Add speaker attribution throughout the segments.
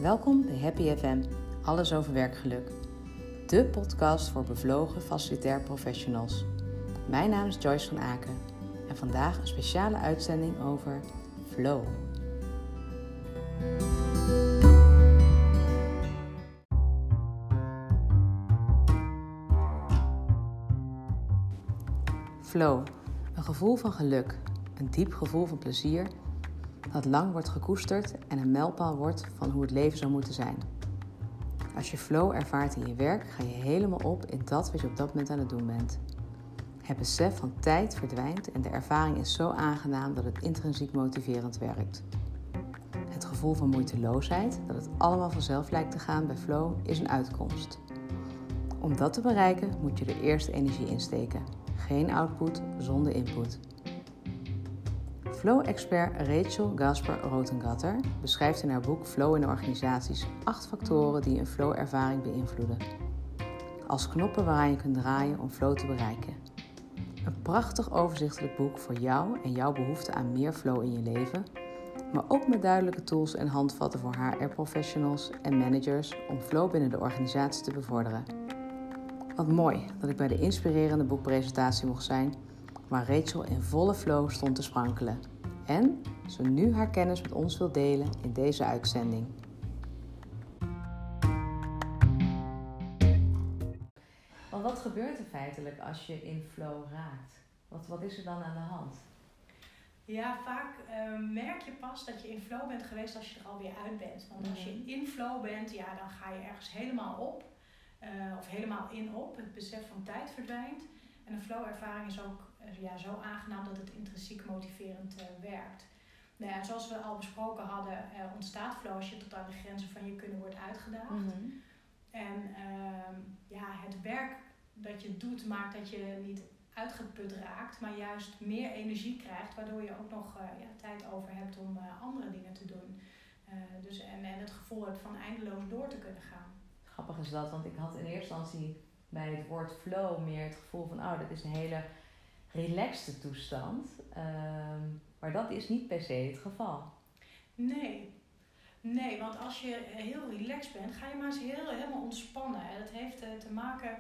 Speaker 1: Welkom bij Happy FM, alles over werkgeluk. De podcast voor bevlogen facilitair professionals. Mijn naam is Joyce van Aken en vandaag een speciale uitzending over flow. Flow, een gevoel van geluk, een diep gevoel van plezier dat lang wordt gekoesterd en een mijlpaal wordt van hoe het leven zou moeten zijn. Als je flow ervaart in je werk, ga je helemaal op in dat wat je op dat moment aan het doen bent. Het besef van tijd verdwijnt en de ervaring is zo aangenaam dat het intrinsiek motiverend werkt. Het gevoel van moeiteloosheid, dat het allemaal vanzelf lijkt te gaan bij flow, is een uitkomst. Om dat te bereiken moet je er eerst energie in steken. Geen output zonder input. Flow-expert Rachel Gasper-Rotengatter beschrijft in haar boek Flow in organisaties 8 factoren die een flow-ervaring beïnvloeden. Als knoppen waaraan je kunt draaien om flow te bereiken. Een prachtig overzichtelijk boek voor jou en jouw behoefte aan meer flow in je leven, maar ook met duidelijke tools en handvatten voor HR-professionals en managers om flow binnen de organisatie te bevorderen. Wat mooi dat ik bij de inspirerende boekpresentatie mocht zijn, waar Rachel in volle flow stond te sprankelen. En ze nu haar kennis met ons wil delen in deze uitzending. Want wat gebeurt er feitelijk als je in flow raakt? Wat is er dan aan de hand?
Speaker 2: Ja, vaak merk je pas dat je in flow bent geweest als je er alweer uit bent. Want als je in flow bent, ja, dan ga je ergens helemaal op. Of helemaal op. Het besef van tijd verdwijnt. En een flow-ervaring is ook zo aangenaam dat het intrinsiek motiverend werkt. Nou ja, zoals we al besproken hadden, ontstaat flow als je tot aan de grenzen van je kunnen wordt uitgedaagd.
Speaker 1: Mm-hmm.
Speaker 2: En het werk dat je doet maakt dat je niet uitgeput raakt, maar juist meer energie krijgt, waardoor je ook nog tijd over hebt om andere dingen te doen. En het gevoel hebt van eindeloos door te kunnen gaan.
Speaker 1: Grappig is dat, want ik had in eerste instantie bij het woord flow meer het gevoel van, dit is een hele relaxte toestand. Maar dat is niet per se het geval.
Speaker 2: Nee, want als je heel relaxed bent, ga je maar eens helemaal ontspannen. En dat heeft te maken,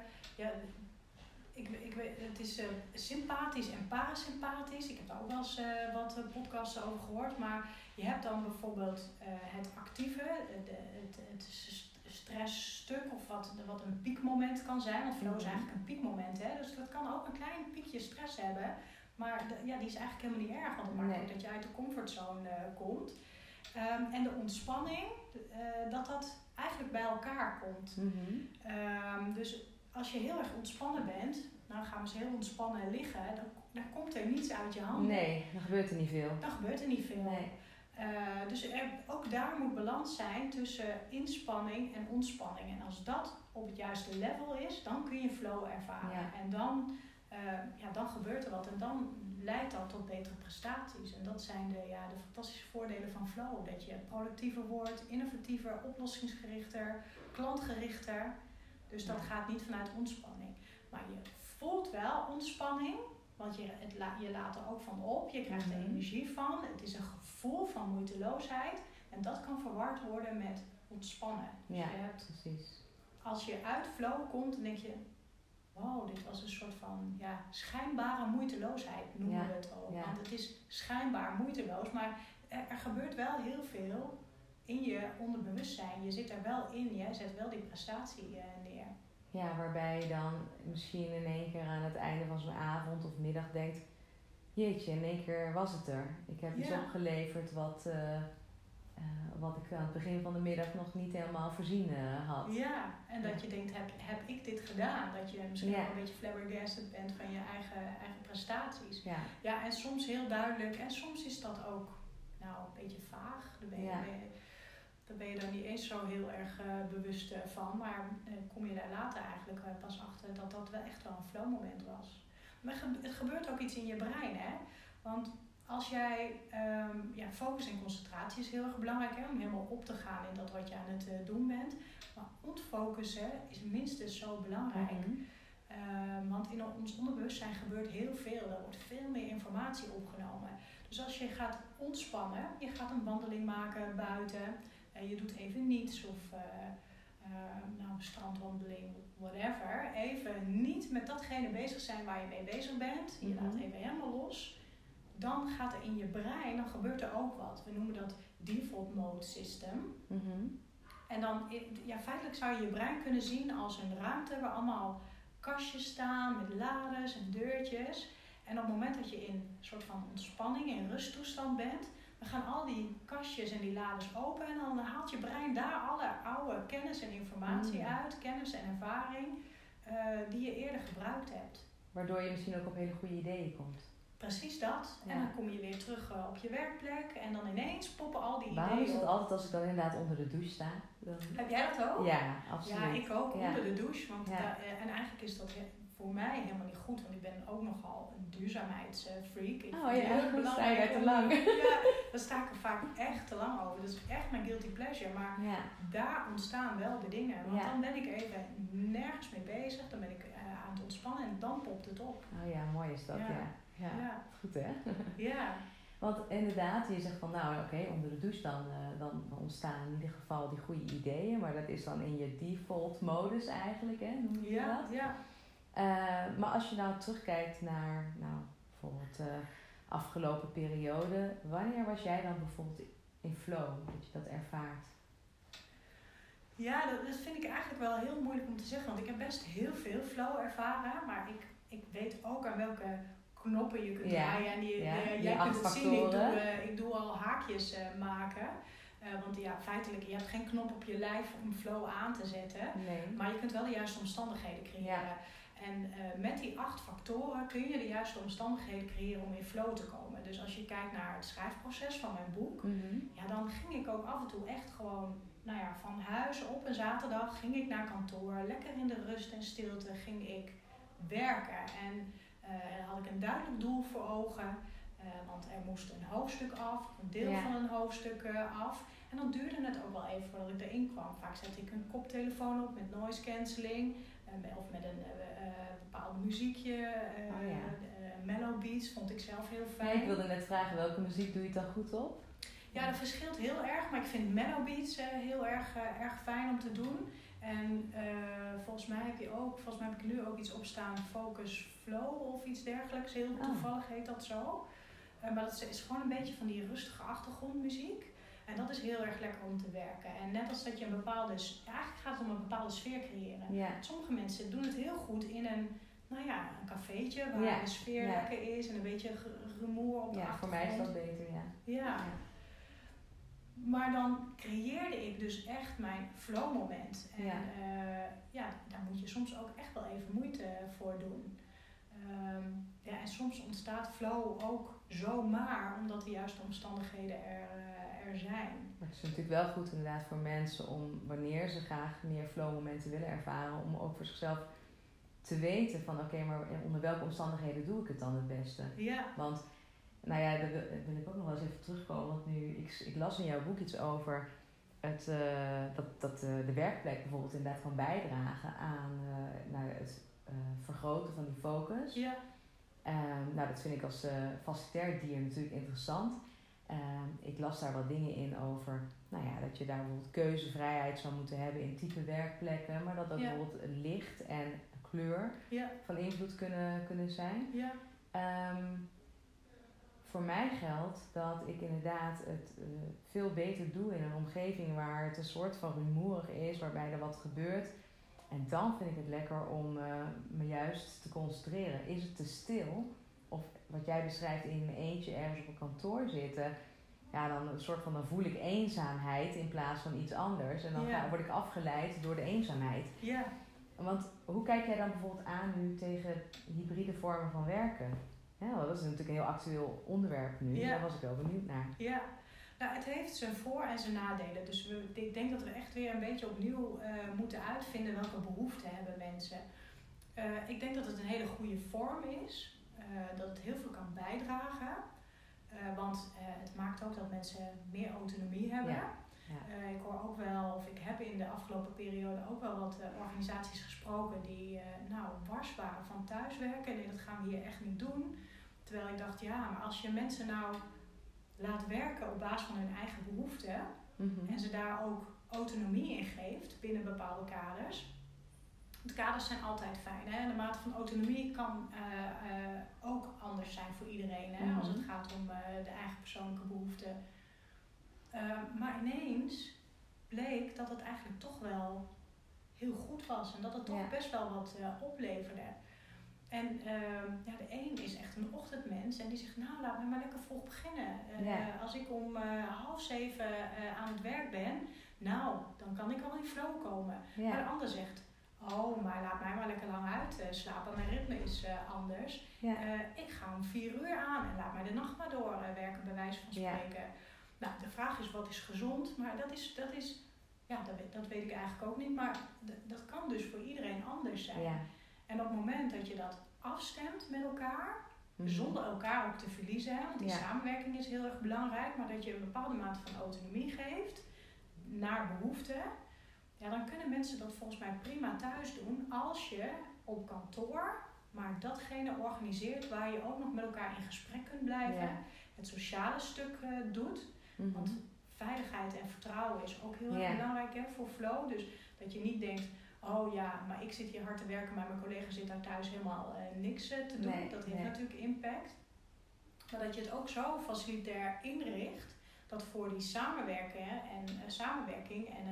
Speaker 2: het is sympathisch en parasympathisch. Ik heb daar ook wel eens wat podcasts over gehoord. Maar je hebt dan bijvoorbeeld het actieve, het stressstuk of wat een piekmoment kan zijn. Want flow is eigenlijk een piekmoment. Hè? Dus dat kan ook een klein piekje stress hebben. Maar die is eigenlijk helemaal niet erg. Want het maakt ook dat je uit de comfortzone komt. En de ontspanning, dat eigenlijk bij elkaar komt.
Speaker 1: Mm-hmm.
Speaker 2: Dus als je heel erg ontspannen bent, dan gaan we eens heel ontspannen liggen. Dan komt er niets uit je handen.
Speaker 1: Nee, dan gebeurt er niet veel. Nee.
Speaker 2: Dus ook daar moet balans zijn tussen inspanning en ontspanning. En als dat op het juiste level is, dan kun je flow ervaren.
Speaker 1: Ja.
Speaker 2: En dan gebeurt er wat. En dan leidt dat tot betere prestaties. En dat zijn de fantastische voordelen van flow. Dat je productiever wordt, innovatiever, oplossingsgerichter, klantgerichter. Dus dat gaat niet vanuit ontspanning. Maar je voelt wel ontspanning. Want je laat er ook van op, je krijgt er energie van. Het is een gevoel van moeiteloosheid. En dat kan verward worden met ontspannen. Dus
Speaker 1: precies.
Speaker 2: Als je uit flow komt, dan denk je, wow, dit was een soort van schijnbare moeiteloosheid noemen we het ook. Ja. Want het is schijnbaar moeiteloos, maar er gebeurt wel heel veel in je onderbewustzijn. Je zit er wel in, je zet wel die prestatie neer.
Speaker 1: Ja, waarbij je dan misschien in één keer aan het einde van zo'n avond of middag denkt, jeetje, in één keer was het er. Ik heb iets opgeleverd wat ik aan het begin van de middag nog niet helemaal voorzien had.
Speaker 2: Ja, en dat je denkt, heb ik dit gedaan? Dat je misschien wel een beetje flabbergasted bent van je eigen prestaties. Ja, en soms heel duidelijk. En soms is dat ook een beetje vaag. Daar ben je dan niet eens zo heel erg bewust van. Maar kom je daar later eigenlijk pas achter dat wel echt wel een flow moment was. Maar het gebeurt ook iets in je brein, hè. Want als jij focus en concentratie is heel erg belangrijk, hè, om helemaal op te gaan in dat wat je aan het doen bent. Maar ontfocussen is minstens zo belangrijk. Want in ons onderbewustzijn gebeurt heel veel. Er wordt veel meer informatie opgenomen. Dus als je gaat ontspannen, je gaat een wandeling maken buiten. je doet even niets of strandwandeling, whatever. Even niet met datgene bezig zijn waar je mee bezig bent. Je laat even helemaal los. Dan gaat er in je brein, dan gebeurt er ook wat. We noemen dat default mode system. En dan, feitelijk zou je je brein kunnen zien als een ruimte waar allemaal kastjes staan met lades en deurtjes. En op het moment dat je in een soort van ontspanning, in rusttoestand bent, dan gaan al die kastjes en die lades open en dan haalt je brein daar alle oude kennis en informatie uit, kennis en ervaring, die je eerder gebruikt hebt.
Speaker 1: Waardoor je misschien ook op hele goede ideeën komt.
Speaker 2: Precies dat. Ja. En dan kom je weer terug op je werkplek en dan ineens poppen al die ideeën.
Speaker 1: Waarom is het altijd als ik dan inderdaad onder de douche sta? Dan...
Speaker 2: Heb jij dat ook?
Speaker 1: Ja, absoluut.
Speaker 2: Ja, ik ook, onder de douche. Want en eigenlijk is dat voor mij helemaal niet goed, want ik ben ook nogal een duurzaamheidsfreak.
Speaker 1: Dan sta je daar te lang.
Speaker 2: Ja, dan sta ik er vaak echt te lang over. Dat is echt mijn guilty pleasure. Maar daar ontstaan wel de dingen. Want dan ben ik even nergens mee bezig. Dan ben ik aan het ontspannen en dan popt het op.
Speaker 1: Oh ja, mooi is dat, ja. Goed hè?
Speaker 2: Ja.
Speaker 1: Want inderdaad, je zegt van onder de douche dan ontstaan in ieder geval die goede ideeën. Maar dat is dan in je default modus eigenlijk, hè? Noem je dat?
Speaker 2: Ja.
Speaker 1: Maar als je nou terugkijkt naar bijvoorbeeld afgelopen periode. Wanneer was jij dan bijvoorbeeld in flow, dat je dat ervaart?
Speaker 2: Ja, dat vind ik eigenlijk wel heel moeilijk om te zeggen. Want ik heb best heel veel flow ervaren. Maar ik weet ook aan welke knoppen je kunt draaien. En jij kunt het zien. Ik doe al haakjes maken. Want feitelijk, je hebt geen knop op je lijf om flow aan te zetten.
Speaker 1: Nee.
Speaker 2: Maar je kunt wel de juiste omstandigheden creëren. Ja. En met die 8 factoren kun je de juiste omstandigheden creëren om in flow te komen. Dus als je kijkt naar het schrijfproces van mijn boek. Dan ging ik ook af en toe echt gewoon van huis op een zaterdag ging ik naar kantoor. Lekker in de rust en stilte ging ik werken. En had ik een duidelijk doel voor ogen. Want er moest een hoofdstuk af, een deel van een hoofdstuk af. En dan duurde het ook wel even voordat ik erin kwam. Vaak zette ik een koptelefoon op met noise cancelling. Of met een bepaald muziekje. Mellow beats vond ik zelf heel fijn.
Speaker 1: Ja, ik wilde net vragen, welke muziek doe je dan goed op?
Speaker 2: Ja, dat verschilt heel erg. Maar ik vind mellow beats heel erg fijn om te doen. En volgens mij heb ik nu ook iets opstaan, Focus Flow of iets dergelijks. Heel toevallig heet dat zo. Maar dat is gewoon een beetje van die rustige achtergrondmuziek. En dat is heel erg lekker om te werken. En net als dat je eigenlijk gaat het om een bepaalde sfeer creëren. Ja. Sommige mensen doen het heel goed in een cafeetje waar de sfeer lekker is en een beetje rumoer op de achtergrond.
Speaker 1: Voor mij is dat beter,
Speaker 2: ja. Maar dan creëerde ik dus echt mijn flow moment. En daar moet je soms ook echt wel even moeite voor doen. En soms ontstaat flow ook zomaar omdat de juiste omstandigheden er zijn.
Speaker 1: Maar het is natuurlijk wel goed inderdaad voor mensen om wanneer ze graag meer flow momenten willen ervaren, om ook voor zichzelf te weten van maar onder welke omstandigheden doe ik het dan het beste?
Speaker 2: Ja.
Speaker 1: Want daar wil ik ook nog wel eens even terugkomen, want ik las in jouw boek iets over dat de werkplek bijvoorbeeld inderdaad kan bijdragen aan het vergroten van die focus.
Speaker 2: Ja.
Speaker 1: Dat vind ik als facilitair dier natuurlijk interessant. Ik las daar wat dingen in over dat je daar bijvoorbeeld keuzevrijheid zou moeten hebben in type werkplekken, maar dat bijvoorbeeld licht en kleur van invloed kunnen zijn.
Speaker 2: Ja.
Speaker 1: Voor mij geldt dat ik inderdaad het veel beter doe in een omgeving waar het een soort van rumoerig is, waarbij er wat gebeurt. En dan vind ik het lekker om me juist te concentreren. Is het te stil? Of wat jij beschrijft in mijn eentje ergens op een kantoor zitten. Dan voel ik eenzaamheid in plaats van iets anders. En dan word ik afgeleid door de eenzaamheid.
Speaker 2: Ja.
Speaker 1: Want hoe kijk jij dan bijvoorbeeld aan nu tegen hybride vormen van werken? Ja, dat is natuurlijk een heel actueel onderwerp nu. Daar was ik wel benieuwd naar.
Speaker 2: Ja. Het heeft zijn voor- en zijn nadelen. Dus ik denk dat we echt weer een beetje opnieuw moeten uitvinden welke behoeften hebben mensen. Ik denk dat het een hele goede vorm is. Dat het heel veel kan bijdragen. Want het maakt ook dat mensen meer autonomie hebben. Ja. Ik hoor ook wel, of ik heb in de afgelopen periode ook wel wat organisaties gesproken die wars waren van thuiswerken. Nee, dat gaan we hier echt niet doen. Terwijl ik dacht, maar als je mensen laat werken op basis van hun eigen behoeften, en ze daar ook autonomie in geeft binnen bepaalde kaders. De kaders zijn altijd fijn. Hè? De mate van autonomie kan ook anders zijn voor iedereen. Hè? Als het gaat om de eigen persoonlijke behoeften. Maar ineens bleek dat het eigenlijk toch wel heel goed was. En dat het toch best wel wat opleverde. En de een is echt een ochtendmens. En die zegt, nou laat me maar lekker vroeg beginnen. Als ik om 6:30 aan het werk ben. Nou, dan kan ik wel in flow komen. Maar de ander zegt, oh, maar laat mij maar lekker lang uitslapen. Mijn ritme is anders. Ik ga om 4:00 aan en laat mij de nacht maar doorwerken, bij wijze van spreken. Nou, de vraag is, wat is gezond? Maar dat weet ik eigenlijk ook niet. Maar dat kan dus voor iedereen anders zijn. Ja. En op het moment dat je dat afstemt met elkaar, zonder elkaar ook te verliezen, want die samenwerking is heel erg belangrijk, maar dat je een bepaalde mate van autonomie geeft naar behoeften, dan kunnen mensen dat volgens mij prima thuis doen als je op kantoor maar datgene organiseert waar je ook nog met elkaar in gesprek kunt blijven, het sociale stuk doet. Want veiligheid en vertrouwen is ook heel erg belangrijk voor flow. Dus dat je niet denkt, oh ja, maar ik zit hier hard te werken, maar mijn collega zit daar thuis helemaal niks te doen. Nee, dat heeft natuurlijk impact. Maar dat je het ook zo facilitair inricht, dat voor die samenwerking en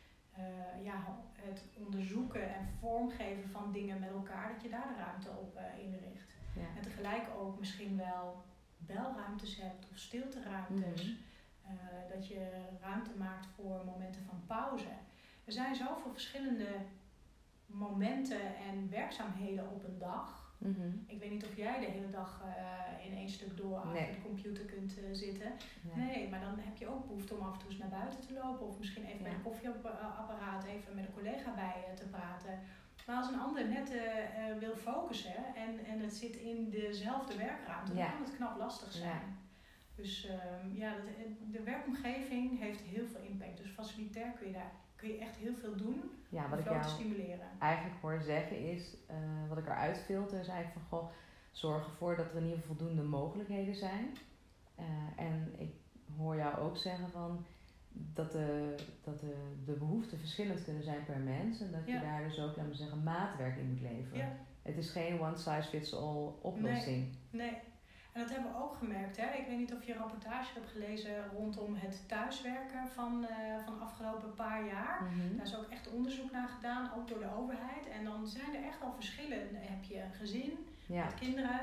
Speaker 2: het onderzoeken en vormgeven van dingen met elkaar, dat je daar de ruimte op inricht. Ja. En tegelijk ook misschien wel belruimtes hebt of stilteruimtes. Dat je ruimte maakt voor momenten van pauze. Er zijn zoveel verschillende momenten en werkzaamheden op een dag. Ik weet niet of jij de hele dag in één stuk door achter de computer kunt zitten. Nee, maar dan heb je ook behoefte om af en toe eens naar buiten te lopen. Of misschien even bij de koffieapparaat even met een collega bij te praten. Maar als een ander net wil focussen en het zit in dezelfde werkruimte, dan kan het knap lastig zijn. Ja. Dus de werkomgeving heeft heel veel impact. Dus facilitair kun je echt heel veel doen om flow te stimuleren.
Speaker 1: Eigenlijk hoor zeggen is, wat ik eruit filter, is eigenlijk van zorg ervoor dat er in ieder geval voldoende mogelijkheden zijn. En ik hoor jou ook zeggen van dat de behoeften verschillend kunnen zijn per mens. En dat je daar dus ook, laten we zeggen, maatwerk in moet leveren. Ja. Het is geen one size fits all oplossing.
Speaker 2: Nee. En dat hebben we ook gemerkt. Hè? Ik weet niet of je een rapportage hebt gelezen rondom het thuiswerken van de afgelopen paar jaar. Daar is ook echt onderzoek naar gedaan, ook door de overheid. En dan zijn er echt wel verschillen. Heb je een gezin met kinderen?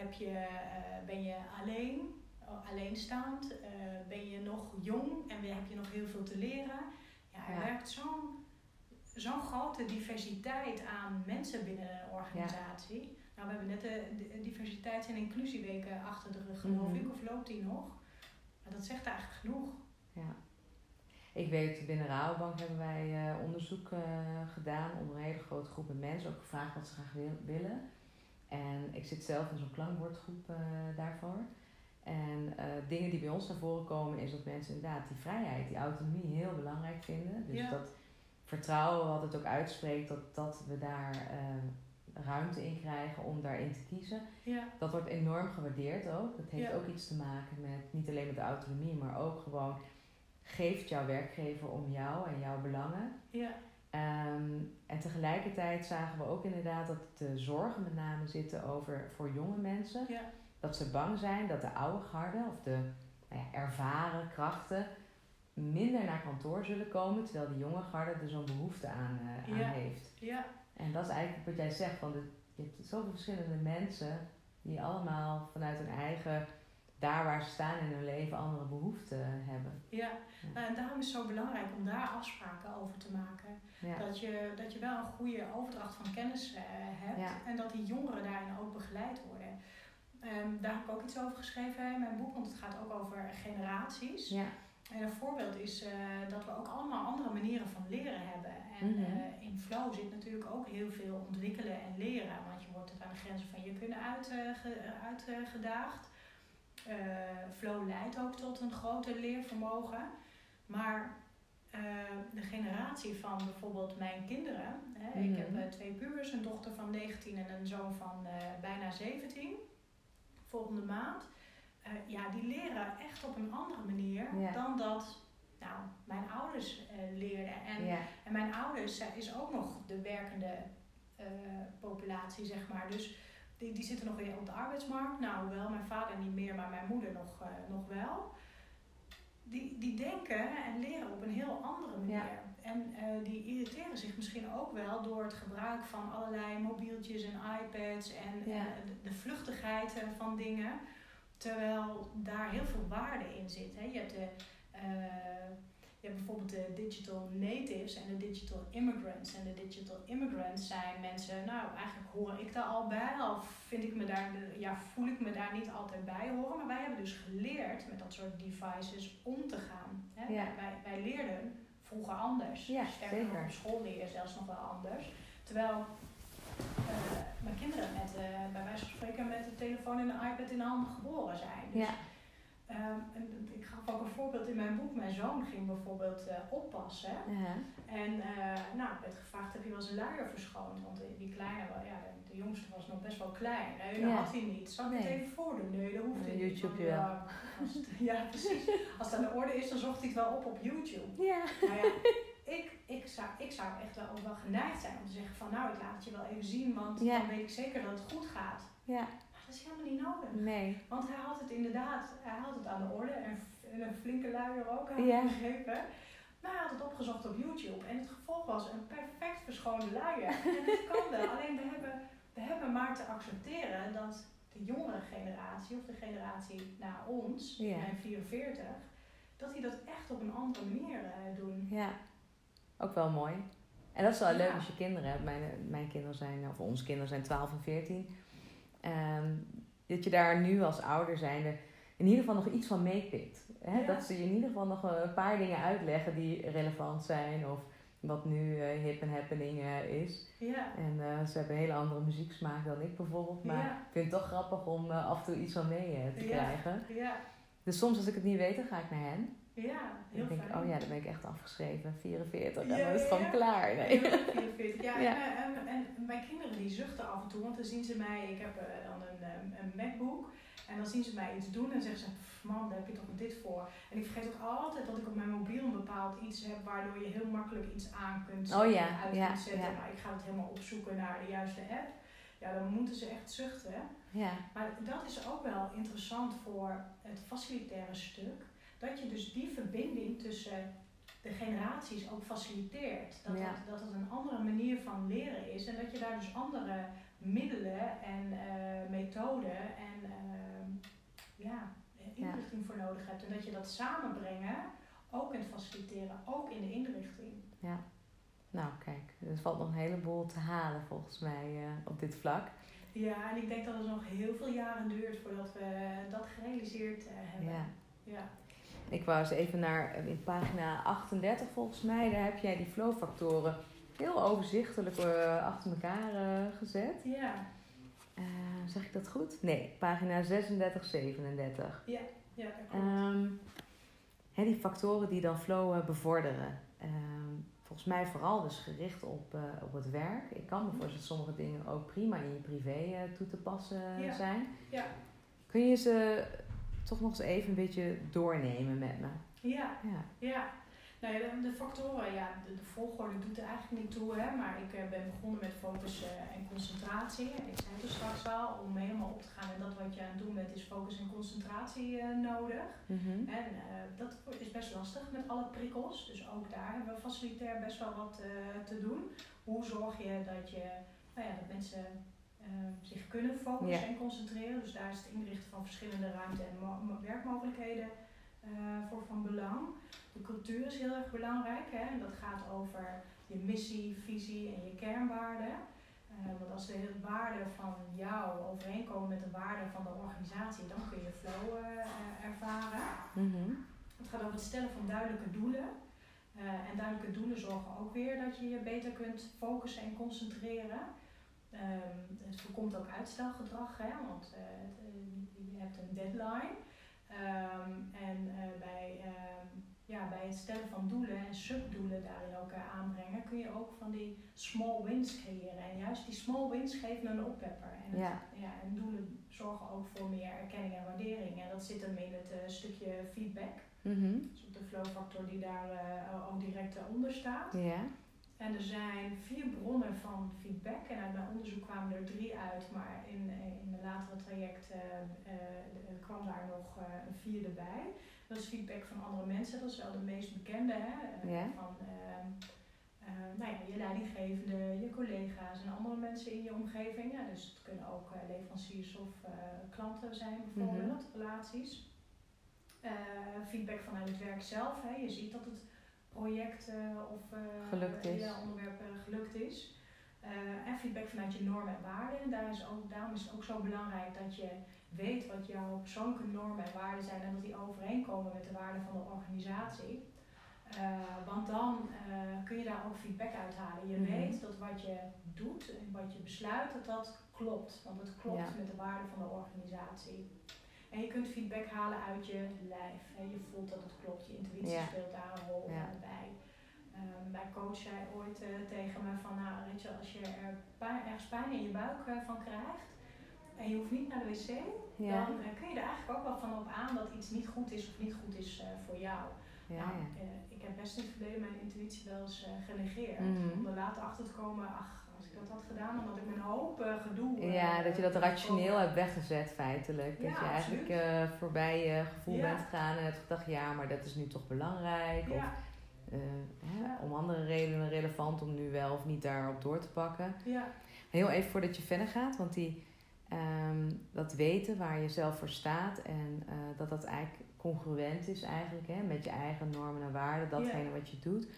Speaker 2: Ben je alleenstaand? Ben je nog jong en heb je nog heel veel te leren? Ja, er werkt zo'n grote diversiteit aan mensen binnen een organisatie. Ja. Nou, we hebben net de diversiteits- en inclusieweken achter de rug, geloof ik, of loopt die nog? Maar dat zegt eigenlijk genoeg.
Speaker 1: Ja. Ik weet, binnen Rabobank hebben wij onderzoek gedaan onder een hele grote groep mensen, ook gevraagd wat ze graag willen. En ik zit zelf in zo'n klankbordgroep daarvoor. En dingen die bij ons naar voren komen is dat mensen inderdaad die vrijheid, die autonomie heel belangrijk vinden. Dus dat vertrouwen wat het ook uitspreekt, dat we daar ruimte in krijgen om daarin te kiezen. Ja. Dat wordt enorm gewaardeerd ook. Dat heeft ook iets te maken met niet alleen met de autonomie, maar ook gewoon geeft jouw werkgever om jou en jouw belangen. Ja. En tegelijkertijd zagen we ook inderdaad dat de zorgen met name zitten voor jonge mensen. Ja. Dat ze bang zijn dat de oude garde of de ervaren krachten minder naar kantoor zullen komen, terwijl die jonge garde er zo'n behoefte aan heeft. Ja. En dat is eigenlijk wat jij zegt, van je hebt zoveel verschillende mensen die allemaal vanuit hun eigen, daar waar ze staan in hun leven, andere behoeften hebben.
Speaker 2: Ja, en daarom is het zo belangrijk om daar afspraken over te maken. Ja. Dat je wel een goede overdracht van kennis hebt en dat die jongeren daarin ook begeleid worden. Daar heb ik ook iets over geschreven in mijn boek, want het gaat ook over generaties. Ja. En een voorbeeld is dat we ook allemaal andere manieren van leren hebben. En in flow zit natuurlijk ook heel veel ontwikkelen en leren. Want je wordt aan de grenzen van je kunnen uitgedaagd. Flow leidt ook tot een groter leervermogen. Maar de generatie van bijvoorbeeld mijn kinderen. Ik heb 2 pubers, een dochter van 19 en een zoon van bijna 17. Volgende maand. Die leren echt op een andere manier dan dat mijn ouders leerden. En mijn ouders is ook nog de werkende populatie, zeg maar. Dus die zitten nog weer op de arbeidsmarkt. Nou, wel, mijn vader niet meer, maar mijn moeder nog wel. Die denken en leren op een heel andere manier. Ja. En die irriteren zich misschien ook wel door het gebruik van allerlei mobieltjes en iPads en de vluchtigheid van dingen. Terwijl daar heel veel waarde in zit. Hè. Je hebt bijvoorbeeld de digital natives en de digital immigrants. En de digital immigrants zijn mensen, nou eigenlijk hoor ik daar al bij, of voel ik me daar niet altijd bij horen. Maar wij hebben dus geleerd met dat soort devices om te gaan. Hè. Ja. Wij leerden vroeger anders.
Speaker 1: Ja,
Speaker 2: sterker nog, op school leer je zelfs nog wel anders. Terwijl mijn kinderen bij wijze van spreken met de telefoon en de iPad in de handen geboren zijn. Dus, ik gaf ook een voorbeeld in mijn boek. Mijn zoon ging bijvoorbeeld oppassen. En ik werd gevraagd, heb je wel eens een luier verschoond? Want die kleine, de jongste was nog best wel klein. Nee, dat had hij niet. Zal ik het even voordoen? Nee, dat hoeft niet.
Speaker 1: YouTube,
Speaker 2: ja, precies. Als het aan de orde is, dan zocht hij het wel op YouTube.
Speaker 1: Ja.
Speaker 2: Nou ja, ik zou echt wel geneigd zijn om te zeggen van, nou, ik laat het je wel even zien, want dan weet ik zeker dat het goed gaat.
Speaker 1: Ja.
Speaker 2: Dat is helemaal niet nodig.
Speaker 1: Nee.
Speaker 2: Want hij had het aan de orde en een flinke luier ook, heb ik begrepen. Maar hij had het opgezocht op YouTube en het gevolg was een perfect verschoonde luier. En dat kan wel, alleen we hebben maar te accepteren dat de jongere generatie, of de generatie na ons, mijn 44, dat die dat echt op een andere manier doen.
Speaker 1: Ja, ook wel mooi. En dat is wel leuk als je kinderen hebt. Mijn kinderen zijn, of onze kinderen zijn 12 en 14. Dat je daar nu als ouder zijnde in ieder geval nog iets van meepikt. Ja. Dat ze je in ieder geval nog een paar dingen uitleggen die relevant zijn. Of wat nu hip en happening is.
Speaker 2: Ja.
Speaker 1: En ze hebben een hele andere muzieksmaak dan ik bijvoorbeeld. Maar ik vind het toch grappig om af en toe iets van mee te krijgen.
Speaker 2: Ja.
Speaker 1: Dus soms als ik het niet weet, dan ga ik naar hen.
Speaker 2: Ja, heel
Speaker 1: en denk
Speaker 2: fijn.
Speaker 1: ik, dan ben ik echt afgeschreven. 44, en dan is het gewoon klaar. Nee.
Speaker 2: 44, En mijn kinderen die zuchten af en toe, want dan zien ze mij, ik heb dan een MacBook. En dan zien ze mij iets doen en zeggen ze, man, daar heb je toch dit voor. En ik vergeet ook altijd dat ik op mijn mobiel een bepaald iets heb, waardoor je heel makkelijk iets aan kunt kunt zetten. Maar ik ga het helemaal opzoeken naar de juiste app. Ja, dan moeten ze echt zuchten.
Speaker 1: Ja.
Speaker 2: Maar dat is ook wel interessant voor het facilitaire stuk. Dat je dus die verbinding tussen de generaties ook faciliteert. Dat het een andere manier van leren is. En dat je daar dus andere middelen en methoden en inrichting voor nodig hebt. En dat je dat samenbrengen, ook in het faciliteren, ook in de inrichting.
Speaker 1: Ja, nou kijk, er valt nog een heleboel te halen volgens mij op dit vlak.
Speaker 2: Ja, en ik denk dat het nog heel veel jaren duurt voordat we dat gerealiseerd hebben. Ja.
Speaker 1: Ik wou eens even naar in pagina 38 volgens mij. Daar heb jij die flowfactoren heel overzichtelijk achter elkaar gezet.
Speaker 2: Ja.
Speaker 1: Zeg ik dat goed? Nee, pagina 36, 37.
Speaker 2: Ja, dat klopt.
Speaker 1: Die factoren die dan flow bevorderen. Volgens mij vooral dus gericht op het werk. Ik kan me voorstellen dat sommige dingen ook prima in je privé toe te passen zijn.
Speaker 2: Ja.
Speaker 1: Kun je ze toch nog eens even een beetje doornemen met me?
Speaker 2: Ja. Nou ja, de factoren, de volgorde doet er eigenlijk niet toe, hè, maar ik ben begonnen met focus en concentratie. En ik zei het er straks al, om helemaal op te gaan en dat wat je aan het doen bent, is focus en concentratie nodig. Mm-hmm. En dat is best lastig met alle prikkels, dus ook daar hebben we facilitair best wel wat te doen. Hoe zorg je dat dat mensen zich kunnen focussen en concentreren, dus daar is het inrichten van verschillende ruimte en werkmogelijkheden voor van belang. De cultuur is heel erg belangrijk, hè? En dat gaat over je missie, visie en je kernwaarden. Want als de waarden van jou overeenkomen met de waarden van de organisatie, dan kun je flow ervaren. Mm-hmm. Het gaat over het stellen van duidelijke doelen. En duidelijke doelen zorgen ook weer dat je je beter kunt focussen en concentreren. Het voorkomt ook uitstelgedrag, hè? Want je hebt een deadline. Bij het stellen van doelen en subdoelen daarin ook aanbrengen, kun je ook van die small wins creëren. En juist die small wins geven een oppepper. En doelen zorgen ook voor meer erkenning en waardering. En dat zit hem in het stukje feedback. Dus op de flowfactor die daar ook direct onder staat.
Speaker 1: Ja.
Speaker 2: En er zijn 4 bronnen van feedback. En uit mijn onderzoek kwamen er 3 uit, maar in mijn latere traject kwam daar nog een 4e bij. Dat is feedback van andere mensen, dat is wel de meest bekende. Van je leidinggevende, je collega's en andere mensen in je omgeving. Ja, dus het kunnen ook leveranciers of klanten zijn bijvoorbeeld, relaties. Feedback vanuit het werk zelf. Je ziet dat het project of onderwerp gelukt is. En feedback vanuit je normen en waarden. En daarom is het ook zo belangrijk dat je weet wat jouw persoonlijke normen en waarden zijn en dat die overeenkomen met de waarden van de organisatie. Want dan kun je daar ook feedback uithalen. Je weet dat wat je doet en wat je besluit, dat klopt. Want het klopt met de waarden van de organisatie. En je kunt feedback halen uit je lijf. Je voelt dat het klopt, je intuïtie speelt daar een rol bij. Mijn coach zei ooit tegen me van, nou weet je, als je ergens pijn in je buik van krijgt en je hoeft niet naar de wc, dan kun je er eigenlijk ook wel van op aan dat iets niet goed is of niet goed is voor jou. Ik heb best in het verleden mijn intuïtie wel eens genegeerd. Om er later achter te komen, als ik dat had gedaan, dan had ik mijn hoop gedoe.
Speaker 1: Dat je dat rationeel hebt weggezet feitelijk. Dat je eigenlijk voorbij je gevoel bent gegaan en hebt gedacht, maar dat is nu toch belangrijk. Of om andere redenen relevant om nu wel of niet daarop door te pakken.
Speaker 2: Ja.
Speaker 1: Heel even voordat je verder gaat, want dat weten waar je zelf voor staat en dat eigenlijk congruent is eigenlijk met je eigen normen en waarden, datgene wat je doet.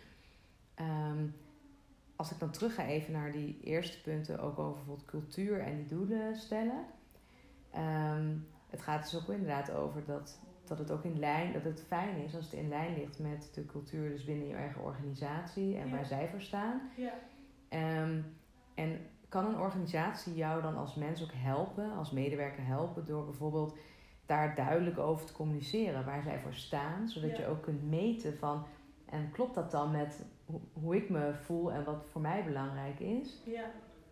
Speaker 1: Als ik dan terug ga even naar die eerste punten, ook over bijvoorbeeld cultuur en die doelen stellen. Het gaat dus ook inderdaad over dat het ook dat het fijn is als het in lijn ligt met de cultuur, dus binnen je eigen organisatie en waar zij voor staan.
Speaker 2: Ja.
Speaker 1: En kan een organisatie jou dan als mens ook helpen, als medewerker helpen, door bijvoorbeeld daar duidelijk over te communiceren waar zij voor staan, zodat je ook kunt meten van, en klopt dat dan met hoe ik me voel en wat voor mij belangrijk is?
Speaker 2: Ja.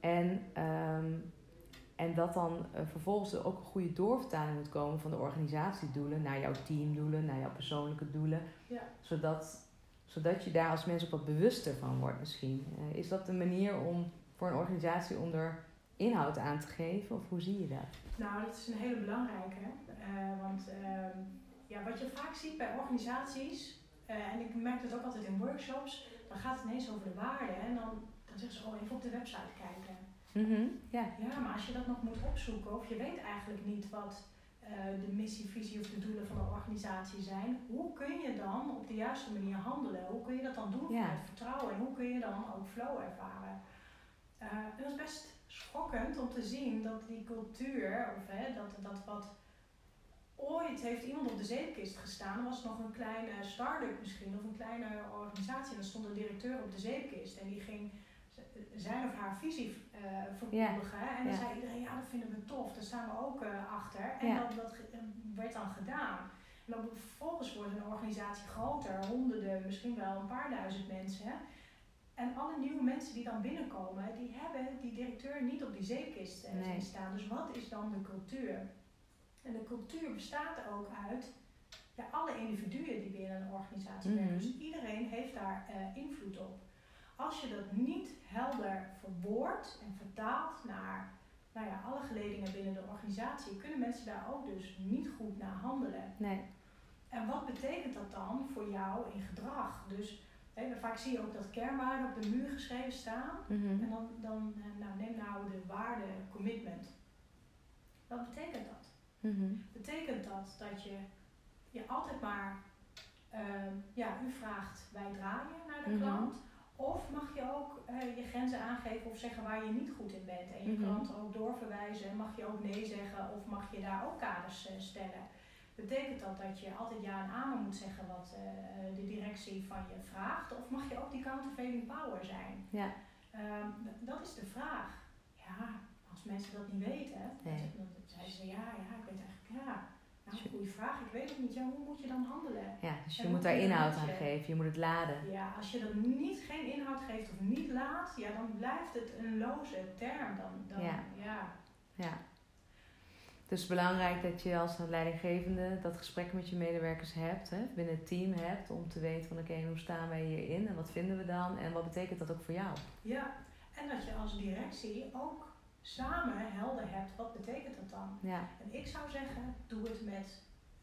Speaker 1: En dat dan vervolgens er ook een goede doorvertaling moet komen van de organisatiedoelen naar jouw teamdoelen, naar jouw persoonlijke doelen.
Speaker 2: Ja.
Speaker 1: Zodat je daar als mens ook wat bewuster van wordt misschien. Is dat een manier voor een organisatie om er inhoud aan te geven? Of hoe zie je dat?
Speaker 2: Nou, dat is een hele belangrijke. Want wat je vaak ziet bij organisaties, en ik merk dat ook altijd in workshops, dan gaat het ineens over de waarden. En dan zeggen ze, even op de website kijken. Ja, maar als je dat nog moet opzoeken of je weet eigenlijk niet wat de missie, visie of de doelen van de organisatie zijn, hoe kun je dan op de juiste manier handelen? Hoe kun je dat dan doen vanuit vertrouwen en hoe kun je dan ook flow ervaren? En dat is best schokkend om te zien dat die cultuur, of dat wat ooit heeft iemand op de zeepkist gestaan, was nog een kleine start-up misschien of een kleine organisatie en dan stond een directeur op de zeepkist en die ging zijn of haar visie verkondigen. En dan zei iedereen, dat vinden we tof, daar staan we ook achter. En dat werd dan gedaan. En dan vervolgens wordt een organisatie groter, honderden, misschien wel een paar duizend mensen. En alle nieuwe mensen die dan binnenkomen, die hebben die directeur niet op die zeepkist zien staan. Dus wat is dan de cultuur? En de cultuur bestaat ook uit alle individuen die binnen een organisatie werken. Dus iedereen heeft daar invloed op. Als je dat niet helder verwoordt en vertaalt naar alle geledingen binnen de organisatie, kunnen mensen daar ook dus niet goed naar handelen.
Speaker 1: Nee.
Speaker 2: En wat betekent dat dan voor jou in gedrag? Dus vaak zie je ook dat kernwaarden op de muur geschreven staan. En dan neem nou de waarde commitment. Wat betekent dat? Betekent dat je altijd maar u vraagt, wij draaien naar de klant? Of mag je ook je grenzen aangeven of zeggen waar je niet goed in bent en je klant ook doorverwijzen? Mag je ook nee zeggen of mag je daar ook kaders stellen? Betekent dat je altijd ja en amen moet zeggen wat de directie van je vraagt? Of mag je ook die countervailing power zijn?
Speaker 1: Ja.
Speaker 2: Dat is de vraag. Ja, als mensen dat niet weten, dan zeiden ze ik weet eigenlijk goede vraag, ik weet het niet. Hoe moet je dan handelen?
Speaker 1: Ja, dus je moet daar inhoud aan geven, je moet het laden.
Speaker 2: Ja, als je dat geen inhoud geeft of niet laat, dan blijft het een loze term.
Speaker 1: Het is belangrijk dat je als leidinggevende dat gesprek met je medewerkers hebt, hè, binnen het team hebt, om te weten van oké, hoe staan wij hierin en wat vinden we dan en wat betekent dat ook voor jou?
Speaker 2: Ja, en dat je als directie ook samen helder hebt, wat betekent dat dan?
Speaker 1: Ja.
Speaker 2: En ik zou zeggen, doe het met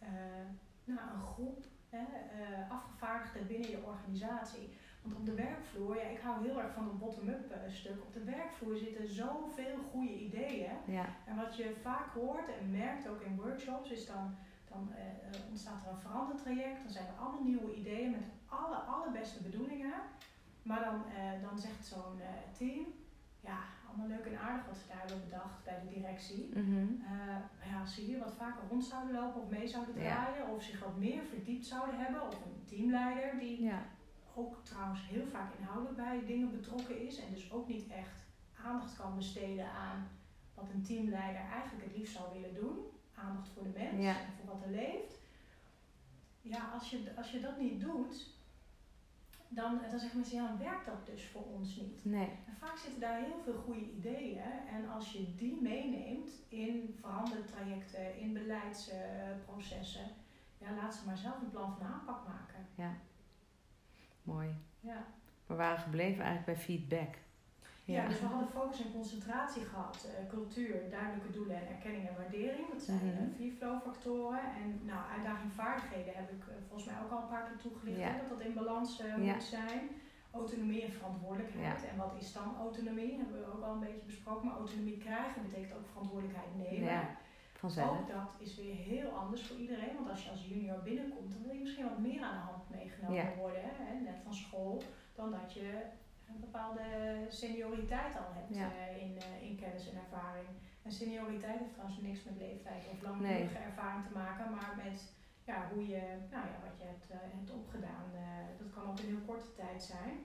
Speaker 2: een groep afgevaardigden binnen je organisatie. Want op de werkvloer, ik hou heel erg van het bottom-up stuk. Op de werkvloer zitten zoveel goede ideeën.
Speaker 1: Ja.
Speaker 2: En wat je vaak hoort en merkt ook in workshops, is dan ontstaat er een verandertraject. Dan zijn er allemaal nieuwe ideeën met allerbeste bedoelingen. Maar dan zegt zo'n team, ja, allemaal leuk en aardig wat ze daar hebben bedacht bij de directie.
Speaker 1: Mm-hmm.
Speaker 2: Als ze hier wat vaker rond zouden lopen of mee zouden draaien, of zich wat meer verdiept zouden hebben, of een teamleider die ook trouwens heel vaak inhoudelijk bij dingen betrokken is en dus ook niet echt aandacht kan besteden aan wat een teamleider eigenlijk het liefst zou willen doen. Aandacht voor de mens en voor wat er leeft. Ja, als je dat niet doet, dan zeggen mensen, ja, dan werkt dat dus voor ons niet.
Speaker 1: Nee.
Speaker 2: En vaak zitten daar heel veel goede ideeën. En als je die meeneemt in verandertrajecten, in beleidsprocessen, laat ze maar zelf een plan van aanpak maken.
Speaker 1: Ja, mooi.
Speaker 2: Ja.
Speaker 1: We waren gebleven eigenlijk bij feedback.
Speaker 2: Ja, dus we hadden focus en concentratie gehad, cultuur, duidelijke doelen en erkenning en waardering. Dat zijn 4 flow-factoren. En uitdaging vaardigheden heb ik volgens mij ook al een paar keer toegelicht, dat dat in balans moet zijn. Autonomie en verantwoordelijkheid. Ja. En wat is dan autonomie? Hebben we ook al een beetje besproken. Maar autonomie krijgen betekent ook verantwoordelijkheid nemen.
Speaker 1: Ja, vanzelf.
Speaker 2: Ook dat is weer heel anders voor iedereen. Want als je als junior binnenkomt, dan wil je misschien wat meer aan de hand meegenomen worden. Hè, net van school. Dan dat je een bepaalde senioriteit al hebt in kennis en ervaring. En senioriteit heeft trouwens niks met leeftijd of langdurige ervaring te maken, maar met hoe je, wat je hebt opgedaan. Dat kan ook in heel korte tijd zijn.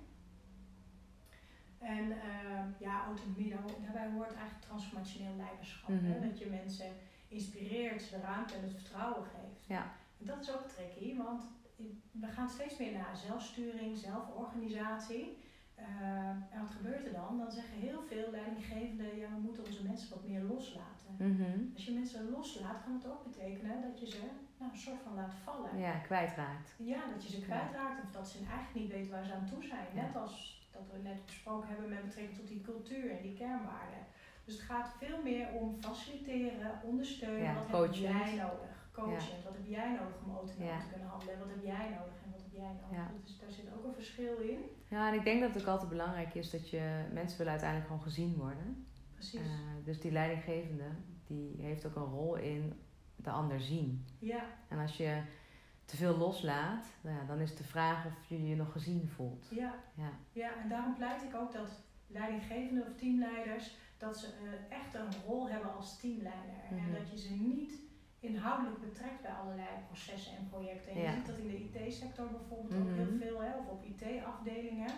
Speaker 2: En autonomie, daarbij hoort eigenlijk transformationeel leiderschap.
Speaker 1: Mm-hmm.
Speaker 2: Hè? Dat je mensen inspireert, ze de ruimte en het vertrouwen geeft.
Speaker 1: Ja.
Speaker 2: En dat is ook tricky, want we gaan steeds meer naar zelfsturing, zelforganisatie. En wat gebeurt er dan? Dan zeggen heel veel leidinggevenden, we moeten onze mensen wat meer loslaten.
Speaker 1: Mm-hmm.
Speaker 2: Als je mensen loslaat, kan het ook betekenen dat je ze een soort van laat vallen.
Speaker 1: Ja, kwijtraakt.
Speaker 2: Ja, dat je ze kwijtraakt of dat ze eigenlijk niet weten waar ze aan toe zijn. Net als dat we net besproken hebben met betrekking tot die cultuur en die kernwaarden. Dus het gaat veel meer om faciliteren, ondersteunen. Wat heb jij nodig? Coaching. Wat heb jij nodig om autonoom te kunnen handelen? Wat heb jij nodig en wat heb jij nodig?
Speaker 1: Ja.
Speaker 2: Dus daar zit ook een verschil in.
Speaker 1: Ja, en ik denk dat het ook altijd belangrijk is dat mensen willen uiteindelijk gewoon gezien worden.
Speaker 2: Precies.
Speaker 1: Dus die leidinggevende, die heeft ook een rol in de ander zien.
Speaker 2: Ja.
Speaker 1: En als je te veel loslaat, dan is de vraag of je je nog gezien voelt.
Speaker 2: Ja, en daarom pleit ik ook dat leidinggevenden of teamleiders, dat ze echt een rol hebben als teamleider. Mm-hmm. En dat je ze niet inhoudelijk betrekt bij allerlei processen en projecten. En je ziet dat in de IT-sector bijvoorbeeld ook heel veel, of op IT-afdelingen.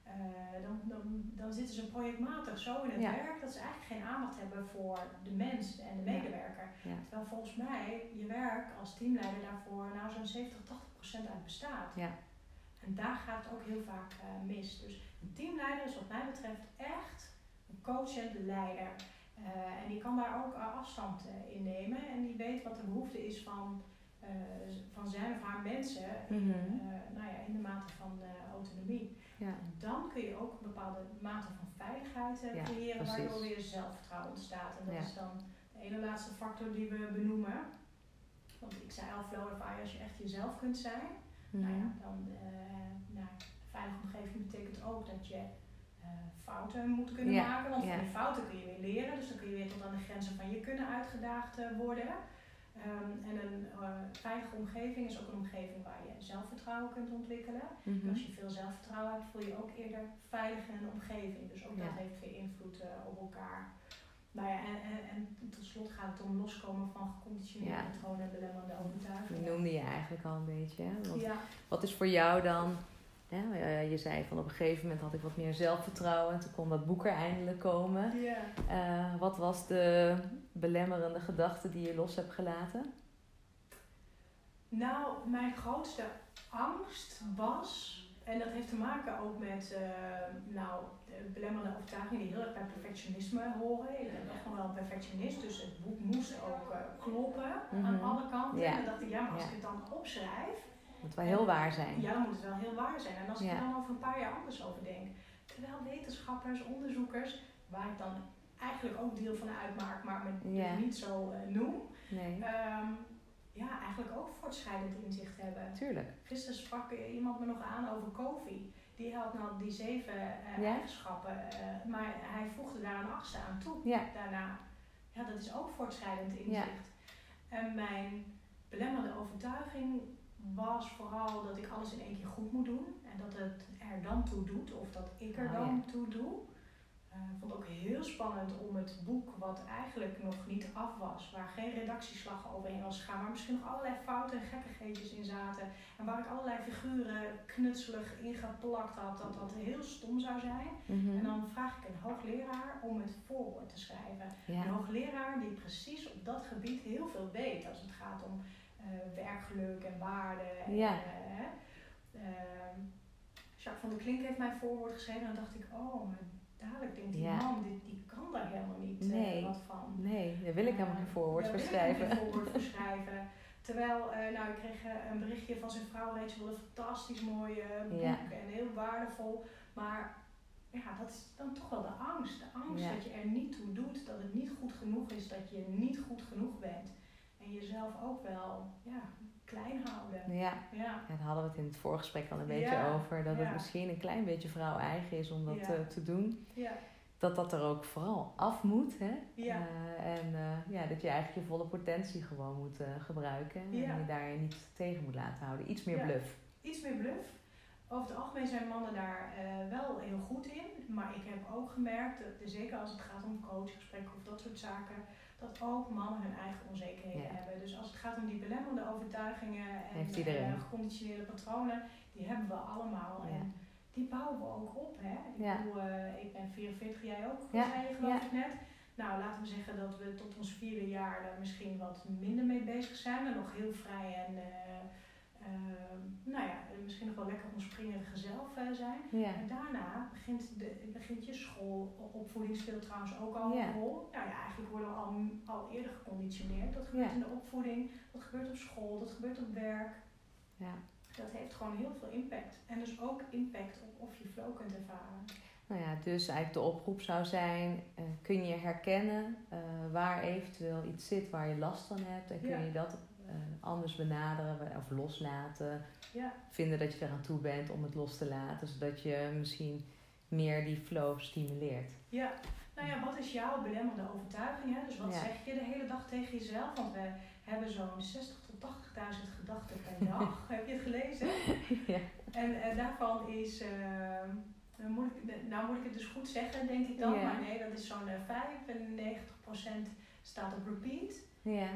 Speaker 2: Dan zitten ze projectmatig zo in het werk dat ze eigenlijk geen aandacht hebben voor de mens en de medewerker.
Speaker 1: Ja.
Speaker 2: Terwijl volgens mij je werk als teamleider daarvoor zo'n 70-80% uit bestaat.
Speaker 1: Ja.
Speaker 2: En daar gaat het ook heel vaak mis. Dus een teamleider is wat mij betreft echt een coachend leider. En die kan daar ook afstand in nemen en die weet wat de behoefte is van zijn of haar mensen in de mate van autonomie.
Speaker 1: Ja.
Speaker 2: En dan kun je ook een bepaalde mate van veiligheid creëren, waardoor weer zelfvertrouwen ontstaat. En dat is dan de ene laatste factor die we benoemen. Want ik zei al, flow ervaar je als je echt jezelf kunt zijn. Dan een veilige omgeving betekent ook dat je fouten moet kunnen maken, want van die fouten kun je weer leren, dus dan kun je weer tot aan de grenzen van je kunnen uitgedaagd worden. En een veilige omgeving is ook een omgeving waar je zelfvertrouwen kunt ontwikkelen.
Speaker 1: Mm-hmm.
Speaker 2: En als je veel zelfvertrouwen hebt, voel je ook eerder veilig in een omgeving, dus ook dat heeft weer invloed op elkaar. En tot slot gaat het om loskomen van geconditioneerde patronen en belemmerende overtuigingen.
Speaker 1: Dat noemde je eigenlijk al een beetje. Hè? Want wat is voor jou dan... je zei van op een gegeven moment had ik wat meer zelfvertrouwen en toen kon dat boek er eindelijk komen. Wat was de belemmerende gedachte die je los hebt gelaten?
Speaker 2: Nou, mijn grootste angst was En dat heeft te maken ook met belemmerende overtuigingen die heel erg bij perfectionisme horen. Ik ben echt nog wel een perfectionist, dus het boek moest ook kloppen aan alle kanten. En dan dacht ik, maar als ik het dan opschrijf...
Speaker 1: Het moet wel heel waar zijn.
Speaker 2: Ja, dan moet het wel heel waar zijn. En als ik er dan over een paar jaar anders over denk. Terwijl wetenschappers, onderzoekers, waar ik dan eigenlijk ook deel van uitmaak, maar me dus niet zo noem. Nee. Eigenlijk ook voortschrijdend inzicht hebben.
Speaker 1: Tuurlijk.
Speaker 2: Gisteren sprak iemand me nog aan over Covey. Die had nou die 7 eigenschappen, maar hij voegde daar een 8e aan toe. Ja. Daarna. Ja, dat is ook voortschrijdend inzicht. Ja. En mijn belemmerde overtuiging was vooral dat ik alles in één keer goed moet doen. En dat het er dan toe doet, of dat ik er dan toe doe. Ik vond het ook heel spannend om het boek, wat eigenlijk nog niet af was, waar geen redactieslag overheen was gegaan, maar misschien nog allerlei fouten en gekkigheidjes in zaten. En waar ik allerlei figuren knutselig ingeplakt had, dat dat heel stom zou zijn. Mm-hmm. En dan vraag ik een hoogleraar om het voorwoord te schrijven. Ja. Een hoogleraar die precies op dat gebied heel veel weet als het gaat om werkgeluk en waarde. Ja. Jacques van der Klink heeft mijn voorwoord geschreven en dan dacht ik, maar dadelijk denkt die man, die kan daar helemaal niet wat van.
Speaker 1: Nee, daar wil ik helemaal geen voorwoord voor schrijven.
Speaker 2: Terwijl, ik kreeg een berichtje van zijn vrouw, Rachel, een fantastisch mooi boek en heel waardevol. Maar dat is dan toch wel de angst. De angst dat je er niet toe doet, dat het niet goed genoeg is, dat je niet goed genoeg bent. En jezelf ook wel, klein houden.
Speaker 1: Ja, daar hadden we het in het voorgesprek al een beetje over. Dat het misschien een klein beetje vrouw eigen is om dat te doen. Ja. Dat er ook vooral af moet. Hè? Ja. Dat je eigenlijk je volle potentie gewoon moet gebruiken. En je daar je niet tegen moet laten houden. Iets meer bluff.
Speaker 2: Iets meer bluff. Over het algemeen zijn mannen daar wel heel goed in. Maar ik heb ook gemerkt, dat, zeker als het gaat om coachgesprekken of dat soort zaken, dat ook mannen hun eigen onzekerheden hebben. Dus als het gaat om die belemmerende overtuigingen en geconditioneerde patronen, die hebben we allemaal. Ja. En die bouwen we ook op. Hè? Ik bedoel, ik ben 44, jij ook, zei je geloof ik net. Nou, laten we zeggen dat we tot ons 4e jaar daar misschien wat minder mee bezig zijn. Maar nog heel vrij en misschien nog wel lekker onspringerige zelf zijn. Ja. En daarna begint je school. Opvoeding speelt trouwens ook al een rol. Eigenlijk worden we al eerder geconditioneerd. Dat gebeurt in de opvoeding, dat gebeurt op school, dat gebeurt op werk. Ja. Dat heeft gewoon heel veel impact. En dus ook impact op of je flow kunt ervaren.
Speaker 1: Nou ja, dus eigenlijk de oproep zou zijn, kun je herkennen waar eventueel iets zit waar je last van hebt. En kun je dat anders benaderen of loslaten. Ja. Vinden dat je eraan toe bent om het los te laten. Zodat je misschien meer die flow stimuleert.
Speaker 2: Ja, wat is jouw belemmerende overtuiging? Hè? Dus wat zeg je de hele dag tegen jezelf? Want we hebben zo'n 60.000 tot 80.000 gedachten per dag. Heb je het gelezen? Ja. En daarvan is... moet ik het dus goed zeggen, denk ik dan. Ja. Maar nee, dat is zo'n 95% staat op repeat. Ja.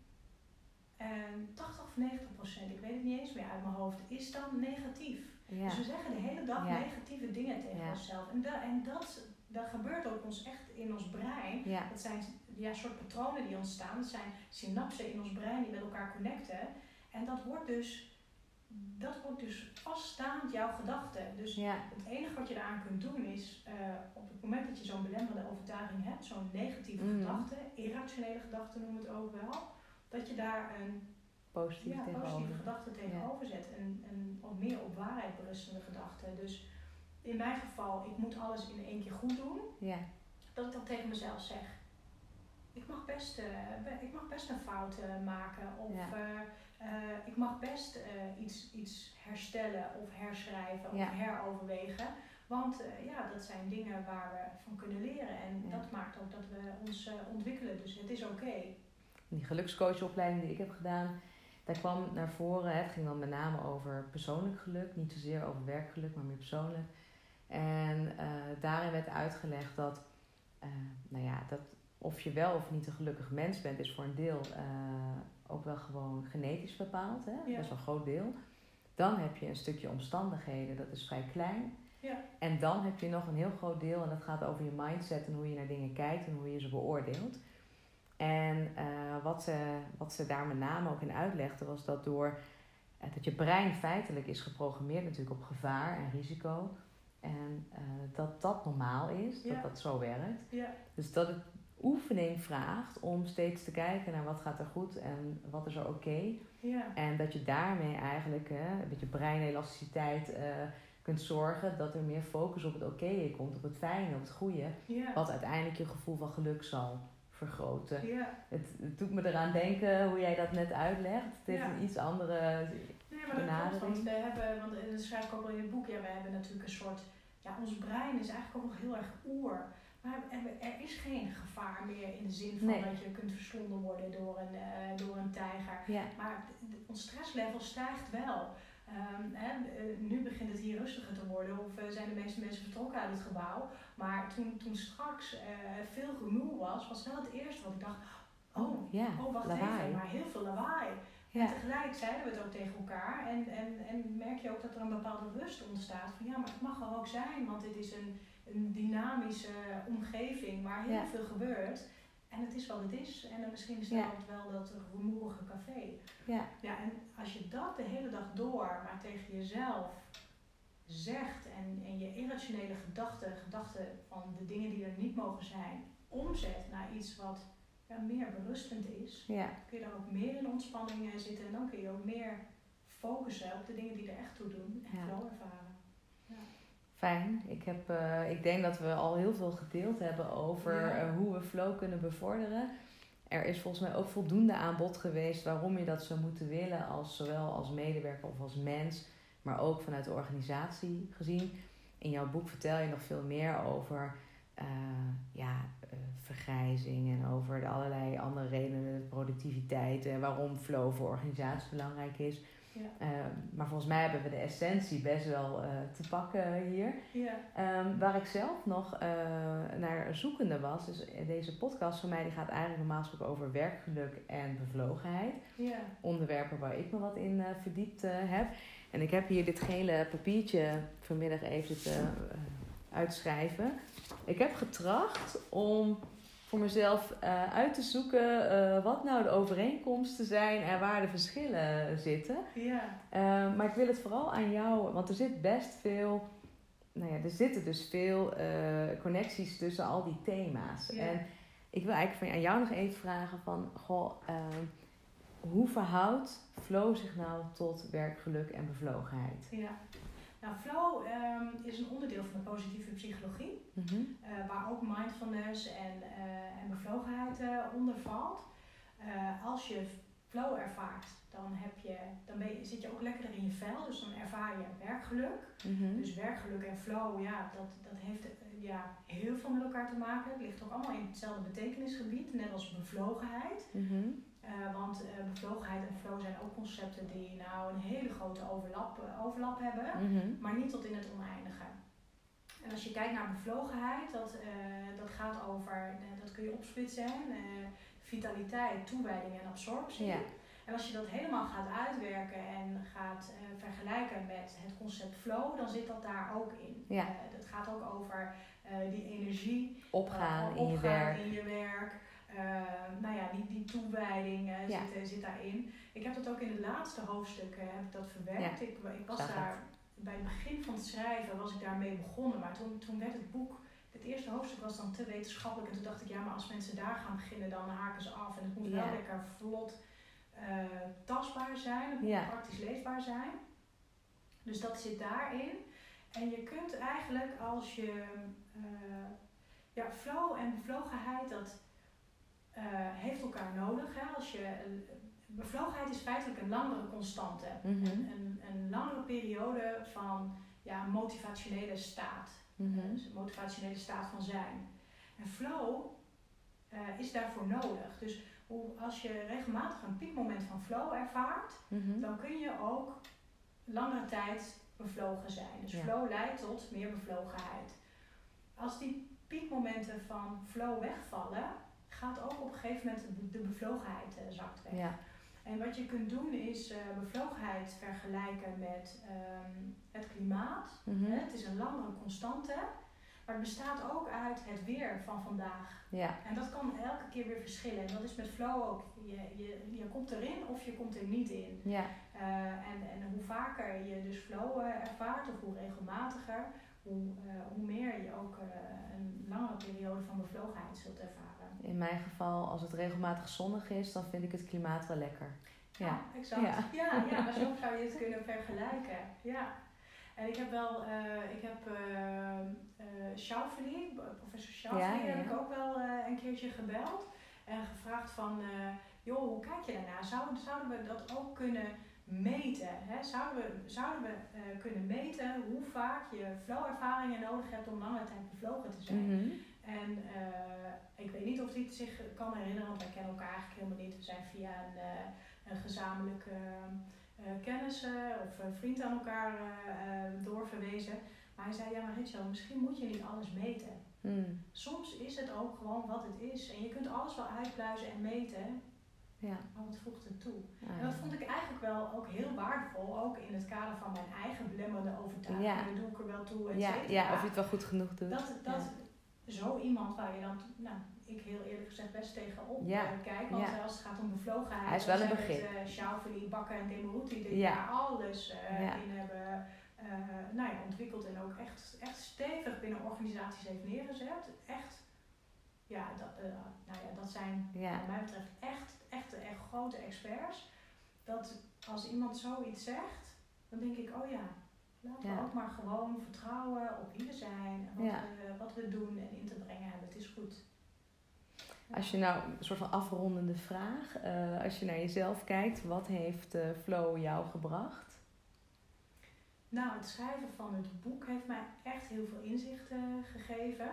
Speaker 2: En 80 of 90%, ik weet het niet eens meer uit mijn hoofd, is dan negatief. Ja. Dus we zeggen de hele dag negatieve dingen tegen onszelf. En dat gebeurt ook echt in ons brein. Ja. Dat zijn soort patronen die ontstaan. Dat zijn synapsen in ons brein die met elkaar connecten. En dat wordt dus vaststaand jouw gedachte. Dus het enige wat je eraan kunt doen is, op het moment dat je zo'n belemmerende overtuiging hebt, zo'n negatieve gedachte, irrationele gedachte noemen we het ook wel, dat je daar een positieve gedachte tegenover zet. Een wat meer op waarheid berustende gedachte. Dus in mijn geval, ik moet alles in één keer goed doen. Ja. Dat ik dan tegen mezelf zeg, ik mag best een fout maken. Of ik mag best iets herstellen of herschrijven of heroverwegen. Want dat zijn dingen waar we van kunnen leren. En dat maakt ook dat we ons ontwikkelen. Dus het is oké.
Speaker 1: Die gelukscoachopleiding die ik heb gedaan, daar kwam naar voren. Het ging dan met name over persoonlijk geluk. Niet zozeer over werkgeluk, maar meer persoonlijk. En daarin werd uitgelegd dat, dat of je wel of niet een gelukkig mens bent, is voor een deel ook wel gewoon genetisch bepaald. Hè? Ja. Best wel een groot deel. Dan heb je een stukje omstandigheden, dat is vrij klein. Ja. En dan heb je nog een heel groot deel, en dat gaat over je mindset en hoe je naar dingen kijkt en hoe je ze beoordeelt. En wat ze daar met name ook in uitlegde, was dat door dat je brein feitelijk is geprogrammeerd natuurlijk op gevaar en risico. En dat normaal is, dat zo werkt. Ja. Dus dat het oefening vraagt om steeds te kijken naar wat gaat er goed en wat is er oké. Ja. En dat je daarmee eigenlijk een beetje breinelasticiteit kunt zorgen dat er meer focus op het oké komt, op het fijne, op het goede. Ja. Wat uiteindelijk je gevoel van geluk zal vergroten. Ja. Het doet me eraan denken hoe jij dat net uitlegt. Het heeft een iets andere benadering.
Speaker 2: Want we hebben, want dat schrijf ik ook wel in het boek, we hebben natuurlijk een soort, ons brein is eigenlijk ook nog heel erg oer. Maar er is geen gevaar meer in de zin van dat je kunt verslonden worden door een tijger. Ja. Maar ons stresslevel stijgt wel. Nu begint het hier rustiger te worden of zijn de meeste mensen vertrokken uit het gebouw. Maar toen straks veel rumoer was wel het eerste wat ik dacht, wacht
Speaker 1: lawaai.
Speaker 2: Even, maar heel veel lawaai. Ja. En tegelijk zeiden we het ook tegen elkaar en merk je ook dat er een bepaalde rust ontstaat van maar het mag er ook zijn, want dit is een dynamische omgeving waar heel veel gebeurt. En het is wat het is. En dan misschien is het wel dat rumoerige café. Ja. Ja, en als je dat de hele dag door maar tegen jezelf zegt en je irrationele gedachten van de dingen die er niet mogen zijn, omzet naar iets wat meer berustend is, kun je dan ook meer in ontspanning zitten en dan kun je ook meer focussen op de dingen die er echt toe doen en flow ervaren. Ja.
Speaker 1: Fijn. Ik denk dat we al heel veel gedeeld hebben over hoe we flow kunnen bevorderen. Er is volgens mij ook voldoende aanbod geweest waarom je dat zou moeten willen, zowel als medewerker of als mens, maar ook vanuit de organisatie gezien. In jouw boek vertel je nog veel meer over vergrijzing en over de allerlei andere redenen, productiviteit en waarom flow voor organisaties belangrijk is. Ja. Maar volgens mij hebben we de essentie best wel te pakken hier. Ja. Waar ik zelf nog naar zoekende was, dus deze podcast van mij die gaat eigenlijk normaal gesproken over werkgeluk en bevlogenheid. Ja. Onderwerpen waar ik me wat in verdiept heb. En ik heb hier dit gele papiertje vanmiddag even uitschrijven. Ik heb getracht om voor mezelf uit te zoeken wat nou de overeenkomsten zijn en waar de verschillen zitten. Ja. Maar ik wil het vooral aan jou, want er zit best veel, er zitten dus veel connecties tussen al die thema's. Ja. En ik wil eigenlijk aan jou nog even vragen van, hoe verhoudt flow zich nou tot werkgeluk en bevlogenheid?
Speaker 2: Ja. Nou, flow is een onderdeel van de positieve psychologie, waar ook mindfulness en bevlogenheid onder valt. Als je flow ervaart, dan zit je ook lekkerder in je vel, dus dan ervaar je werkgeluk. Dus werkgeluk en flow, dat heeft heel veel met elkaar te maken. Het ligt ook allemaal in hetzelfde betekenisgebied, net als bevlogenheid. Want bevlogenheid en flow zijn ook concepten die een hele grote overlap hebben, maar niet tot in het oneindige. En als je kijkt naar bevlogenheid, dat gaat over, dat kun je opsplitsen, vitaliteit, toewijding en absorptie. Ja. En als je dat helemaal gaat uitwerken en gaat vergelijken met het concept flow, dan zit dat daar ook in. Ja. Dat gaat ook over die energie,
Speaker 1: opgaan in je werk.
Speaker 2: Die toewijding zit daarin. Ik heb dat ook in het laatste hoofdstuk verwerkt. Ja. Ik was daar bij het begin van het schrijven was ik daarmee begonnen, maar toen werd het boek, het eerste hoofdstuk was dan te wetenschappelijk en toen dacht ik maar als mensen daar gaan beginnen dan haken ze af en het moet wel lekker vlot tastbaar zijn, het moet praktisch leesbaar zijn. Dus dat zit daarin. En je kunt eigenlijk als je flow en bevlogenheid, dat heeft elkaar nodig. Hè? Bevlogenheid is feitelijk een langere constante. Een langere periode van motivationele staat. Dus een motivationele staat van zijn. En flow is daarvoor nodig. Dus als je regelmatig een piekmoment van flow ervaart, dan kun je ook langere tijd bevlogen zijn. Dus flow leidt tot meer bevlogenheid. Als die piekmomenten van flow wegvallen, gaat ook op een gegeven moment de bevlogenheid zakt weg. Ja. En wat je kunt doen is bevlogenheid vergelijken met het klimaat. Het is een langere constante. Maar het bestaat ook uit het weer van vandaag.
Speaker 1: Ja.
Speaker 2: En dat kan elke keer weer verschillen. En dat is met flow ook. Je komt erin of je komt er niet in.
Speaker 1: Ja.
Speaker 2: En hoe vaker je dus flow ervaart, of hoe regelmatiger, hoe meer je ook een langere periode van bevlogenheid zult ervaren.
Speaker 1: In mijn geval, als het regelmatig zonnig is, dan vind ik het klimaat wel lekker.
Speaker 2: Ja, exact. Ja, maar zo zou je het kunnen vergelijken. Ja. En ik heb wel, Schauffele, professor Schauffele, heb ik ook wel een keertje gebeld en gevraagd van, joh, hoe kijk je daarna? Zouden we dat ook kunnen meten? Hè? Zouden we kunnen meten hoe vaak je flow-ervaringen nodig hebt om lange tijd bevlogen te zijn?
Speaker 1: Mm-hmm. En
Speaker 2: ik weet niet of hij het zich kan herinneren, want wij kennen elkaar eigenlijk helemaal niet. We zijn via een gezamenlijke kennissen of vriend aan elkaar doorverwezen. Maar hij zei, ja maar Rachel, misschien moet je niet alles meten. Soms is het ook gewoon wat het is. En je kunt alles wel uitpluizen en meten. Ja. Maar wat voegt het toe? En dat vond ik eigenlijk wel ook heel waardevol. Ook in het kader van mijn eigen belemmerende overtuiging. Ja. Doe ik er wel toe, et cetera.
Speaker 1: Ja, of je het wel goed genoeg doet.
Speaker 2: Dat zo iemand waar je dan, ik heel eerlijk gezegd best tegenop kijk. Want als het gaat om bevlogenheid,
Speaker 1: hij is wel een begrip.
Speaker 2: Schauffele, Bakker en Demirrouti die daar alles in hebben ontwikkeld en ook echt stevig binnen organisaties heeft neergezet. Echt, dat zijn wat mij betreft echt grote experts. Dat als iemand zoiets zegt, dan denk ik, laten we ook maar gewoon vertrouwen op wie we zijn en wat we doen en in te brengen hebben. Het is goed. Ja.
Speaker 1: Als je nou, een soort van afrondende vraag, als je naar jezelf kijkt, wat heeft flow jou gebracht?
Speaker 2: Nou, het schrijven van het boek heeft mij echt heel veel inzichten gegeven.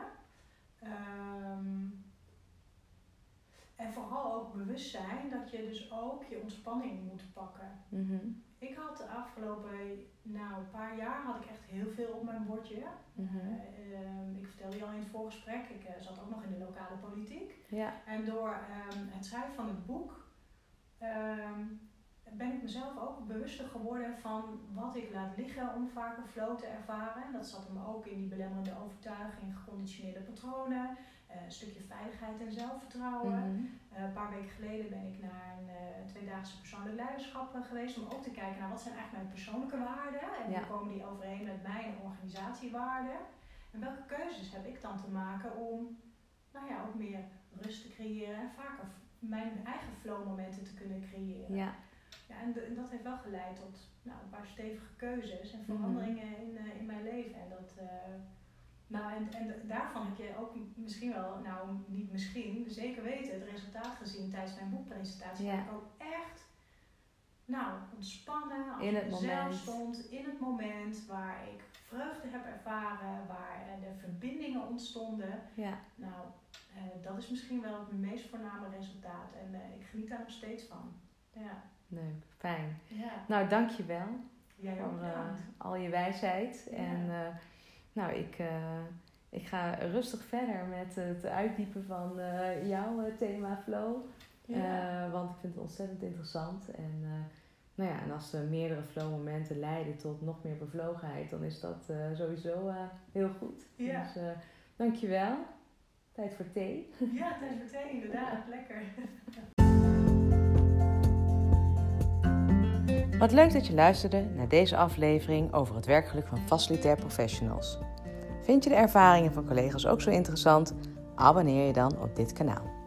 Speaker 2: En vooral ook bewustzijn dat je dus ook je ontspanning moet pakken. Mm-hmm. Ik had de afgelopen paar jaar had ik echt heel veel op mijn bordje. Mm-hmm. Ik vertelde je al in het voorgesprek, ik zat ook nog in de lokale politiek. Ja. En door het schrijven van het boek ben ik mezelf ook bewuster geworden van wat ik laat liggen om vaker flow te ervaren. En dat zat hem ook in die belemmerende overtuiging, geconditioneerde patronen, een stukje veiligheid en zelfvertrouwen. Mm-hmm. Een paar weken geleden ben ik naar een 2-daagse persoonlijk leiderschap geweest om ook te kijken naar wat zijn eigenlijk mijn persoonlijke waarden en hoe komen die overeen met mijn organisatiewaarden. En welke keuzes heb ik dan te maken om ook meer rust te creëren en vaker mijn eigen flow momenten te kunnen creëren. Ja. Ja, en dat heeft wel geleid tot een paar stevige keuzes en veranderingen in mijn leven. En daarvan heb je ook misschien wel, niet misschien, zeker weten, het resultaat gezien tijdens mijn boekpresentatie. Ja. Dat ik ook echt ontspannen, als ik mezelf stond, in het moment waar ik vreugde heb ervaren, waar de verbindingen ontstonden. Ja. Dat is misschien wel het meest voorname resultaat en ik geniet daar nog steeds van. Ja.
Speaker 1: Leuk, fijn. Ja. Nou, dankjewel voor al je wijsheid. Ja. En ik ga rustig verder met het uitdiepen van jouw thema flow. Ja. Want ik vind het ontzettend interessant. En als meerdere flow momenten leiden tot nog meer bevlogenheid, dan is dat sowieso heel goed. Ja. Dus dankjewel. Tijd voor thee.
Speaker 2: Ja, tijd voor thee, inderdaad. Lekker.
Speaker 1: Wat leuk dat je luisterde naar deze aflevering over het werkgeluk van facilitair professionals. Vind je de ervaringen van collega's ook zo interessant? Abonneer je dan op dit kanaal.